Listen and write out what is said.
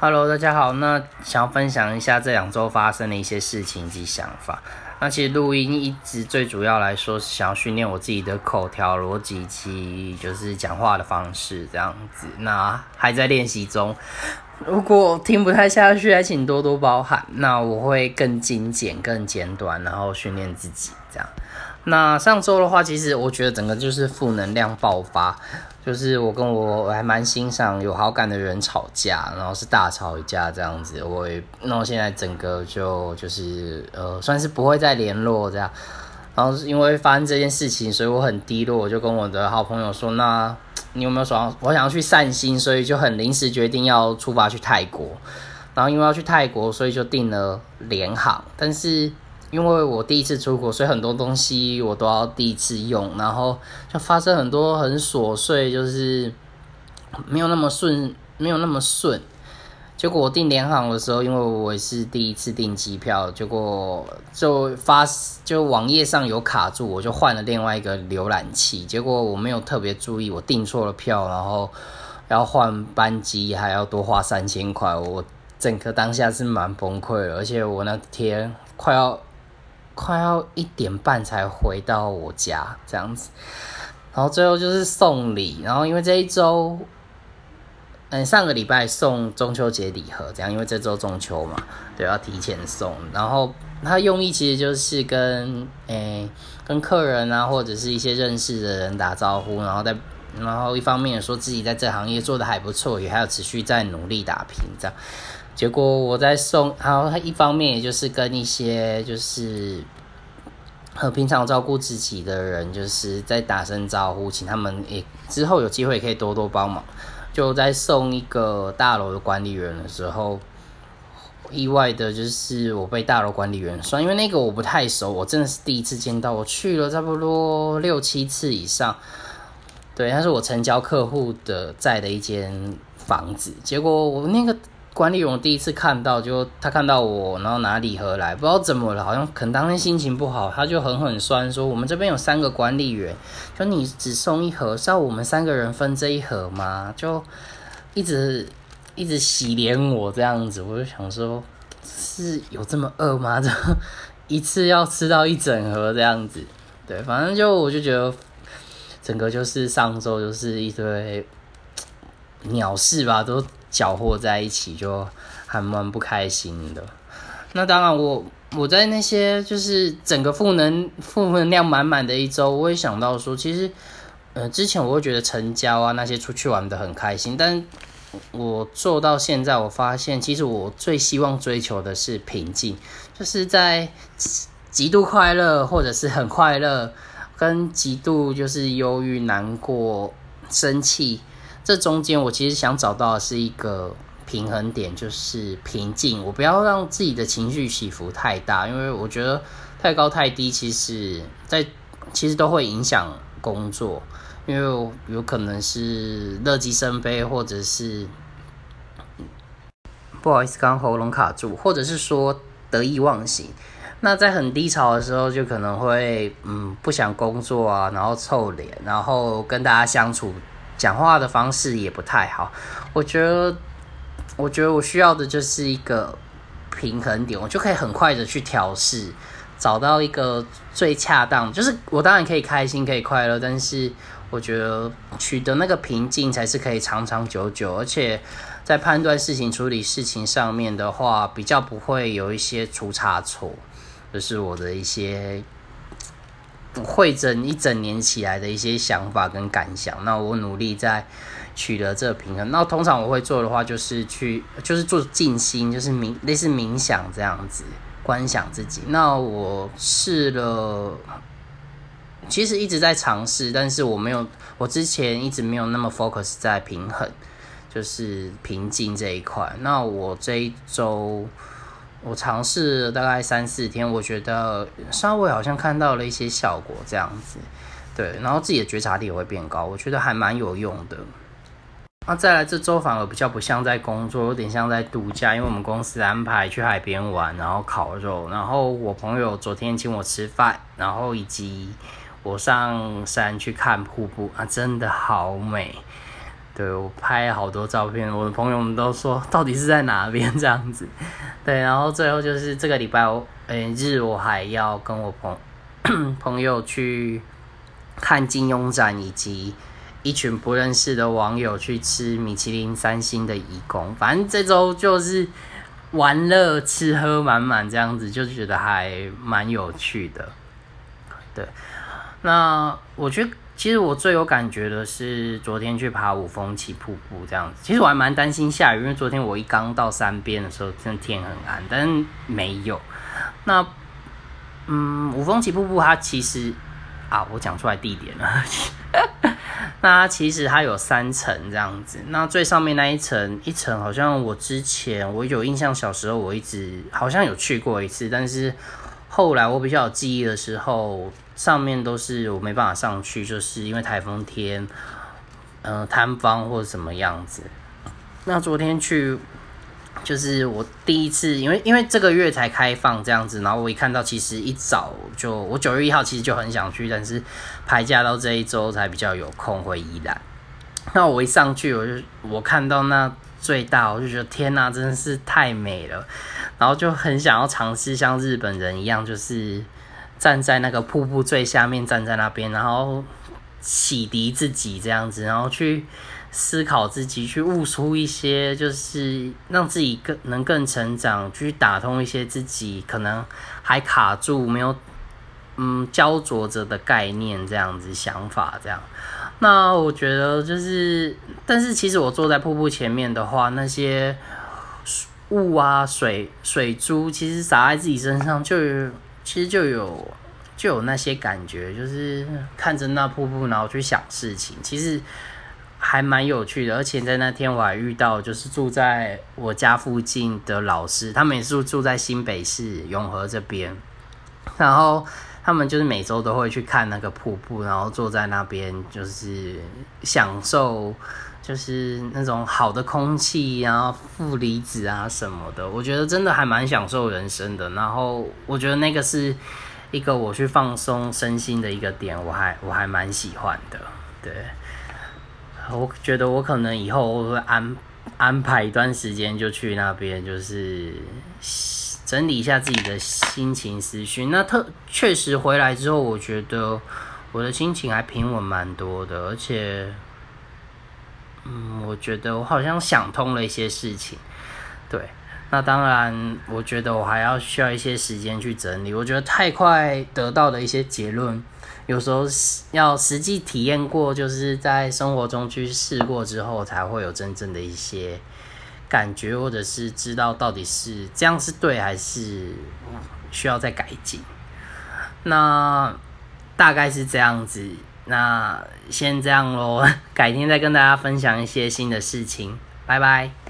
Hello，大家好。那想要分享一下这2周发生的一些事情及想法。那其实录音一直最主要来说是想要训练我自己的口条、逻辑及就是讲话的方式这样子。那还在练习中，如果听不太下去，还请多多包涵。那我会更精简、更简短，然后训练自己这样。那上周的话，其实我觉得整个就是负能量爆发，就是我跟我还蛮欣赏有好感的人吵架，然后是大吵一架这样子，那我现在整个就是算是不会再联络这样，然后因为发生这件事情，所以我很低落，我就跟我的好朋友说，那你有没有我想要去散心，所以就很临时决定要出发去泰国，然后因为要去泰国，所以就订了联航，但是因为我第一次出国，所以很多东西我都要第一次用，然后就发生很多很琐碎，就是没有那么顺。结果我订联航的时候，因为我也是第一次订机票，结果就网页上有卡住，我就换了另外一个浏览器，结果我没有特别注意，我订错了票，然后要换班机，还要多花3000块，我整个当下是蛮崩溃的，而且我那天快要1点半才回到我家这样子，然后最后就是送礼，然后因为这一周，上个礼拜送中秋节礼盒，这样因为这周中秋嘛，对，要提前送，然后它用意其实就是跟客人啊或者是一些认识的人打招呼，然后一方面说自己在这行业做的还不错，也还有持续在努力打拼这样。结果我在送，然后他一方面也就是跟一些就是平常照顾自己的人，就是在打声招呼，请他们之后有机会可以多多帮忙。就在送一个大楼的管理员的时候，意外的就是我被大楼管理员酸，因为那个我不太熟，我真的是第一次见到，我去了差不多6-7次以上。对，他是我成交客户在的一间房子，结果我那个管理员我第一次看到，就他看到我，然后拿礼盒来，不知道怎么了，好像可能当天心情不好，他就狠酸说，我们这边有3个管理员，就你只送1盒，是要我们3个人分这1盒吗？就一直洗脸我这样子，我就想说，是有这么饿吗？这一次要吃到1整盒这样子，对，反正我就觉得。整个就是上周就是一堆鸟事吧，都搅和在一起，就还蛮不开心的。那当然我在那些就是整个负能量满满的一周，我也想到说，其实之前我会觉得成交啊那些出去玩的很开心，但我做到现在，我发现其实我最希望追求的是平静，就是在极度快乐或者是很快乐。跟极度就是忧郁、难过、生气，这中间我其实想找到的是一个平衡点，就是平静。我不要让自己的情绪起伏太大，因为我觉得太高太低，其实都会影响工作，因为有可能是乐极生悲，或者是不好意思，刚刚喉咙卡住，或者是说得意忘形。那在很低潮的时候，就可能会不想工作啊，然后臭脸，然后跟大家相处，讲话的方式也不太好。我觉得我需要的就是一个平衡点，我就可以很快的去调试，找到一个最恰当。就是我当然可以开心，可以快乐，但是我觉得取得那个平静才是可以长长久久，而且在判断事情、处理事情上面的话，比较不会有一些出差错。就是我的一些汇整一整年起来的一些想法跟感想，那我努力在取得这个平衡。那通常我会做的话，就是做静心，就是类似冥想这样子，观想自己。那我试了，其实一直在尝试，但是我之前一直没有那么 focus 在平衡，就是平静这一块。那我这一周。我尝试了大概3-4天，我觉得稍微好像看到了一些效果这样子，对，然后自己的觉察力也会变高，我觉得还蛮有用的。那再来这周反而比较不像在工作，有点像在度假，因为我们公司安排去海边玩，然后烤肉，然后我朋友昨天请我吃饭，然后以及我上山去看瀑布啊，真的好美。 对，我拍好多照片，我的朋友们都说到底是在哪边这样子。对，然后最后就是这个礼拜日我还要跟我朋友去看金庸展，以及一群不认识的网友去吃米其林3星的颐宫。反正这周就是玩乐吃喝满满这样子，就觉得还蛮有趣的。对，那我觉得其实我最有感觉的是昨天去爬五峰旗瀑布这样子。其实我还蛮担心下雨，因为昨天我刚到山边的时候，真的天很暗，但是没有。那五峰旗瀑布它其实我讲出来地点了。那其实它有3层这样子，那最上面那一层好像我之前我有印象，小时候我一直好像有去过一次，但是后来我比较有记忆的时候，上面都是我没办法上去，就是因为台风天，塌方或者什么样子。那昨天去，就是我第一次，因为这个月才开放这样子，然后我一看到，其实一早我9月1号其实就很想去，但是排假到这一周才比较有空回宜兰。那我一上去，我看到那最大，我就觉得天哪，真的是太美了，然后就很想要尝试像日本人一样，就是站在那个瀑布最下面，站在那边，然后洗涤自己这样子，然后去思考自己，去悟出一些就是让自己能更成长，去打通一些自己可能还卡住没有焦灼着的概念这样子想法这样。那我觉得就是，但是其实我坐在瀑布前面的话，那些雾啊水珠其实洒在自己身上就有那些感觉，就是看着那瀑布然后去想事情，其实还蛮有趣的。而且在那天我还遇到就是住在我家附近的老师，他们也是住在新北市永和这边，然后他们就是每周都会去看那个瀑布，然后坐在那边就是享受就是那种好的空气，然后负离子啊什么的，我觉得真的还蛮享受人生的。然后我觉得那个是一个我去放松身心的一个点，我还蛮喜欢的。对，我觉得我可能以后我会安排一段时间就去那边，就是整理一下自己的心情思绪。那确实回来之后，我觉得我的心情还平稳蛮多的，而且我觉得我好像想通了一些事情。对，那当然我觉得我还需要一些时间去整理。我觉得太快得到的一些结论，有时候要实际体验过，就是在生活中去试过之后，才会有真正的一些感觉，或者是知道到底是这样是对还是需要再改进。那大概是这样子，那先这样咯，改天再跟大家分享一些新的事情，拜拜。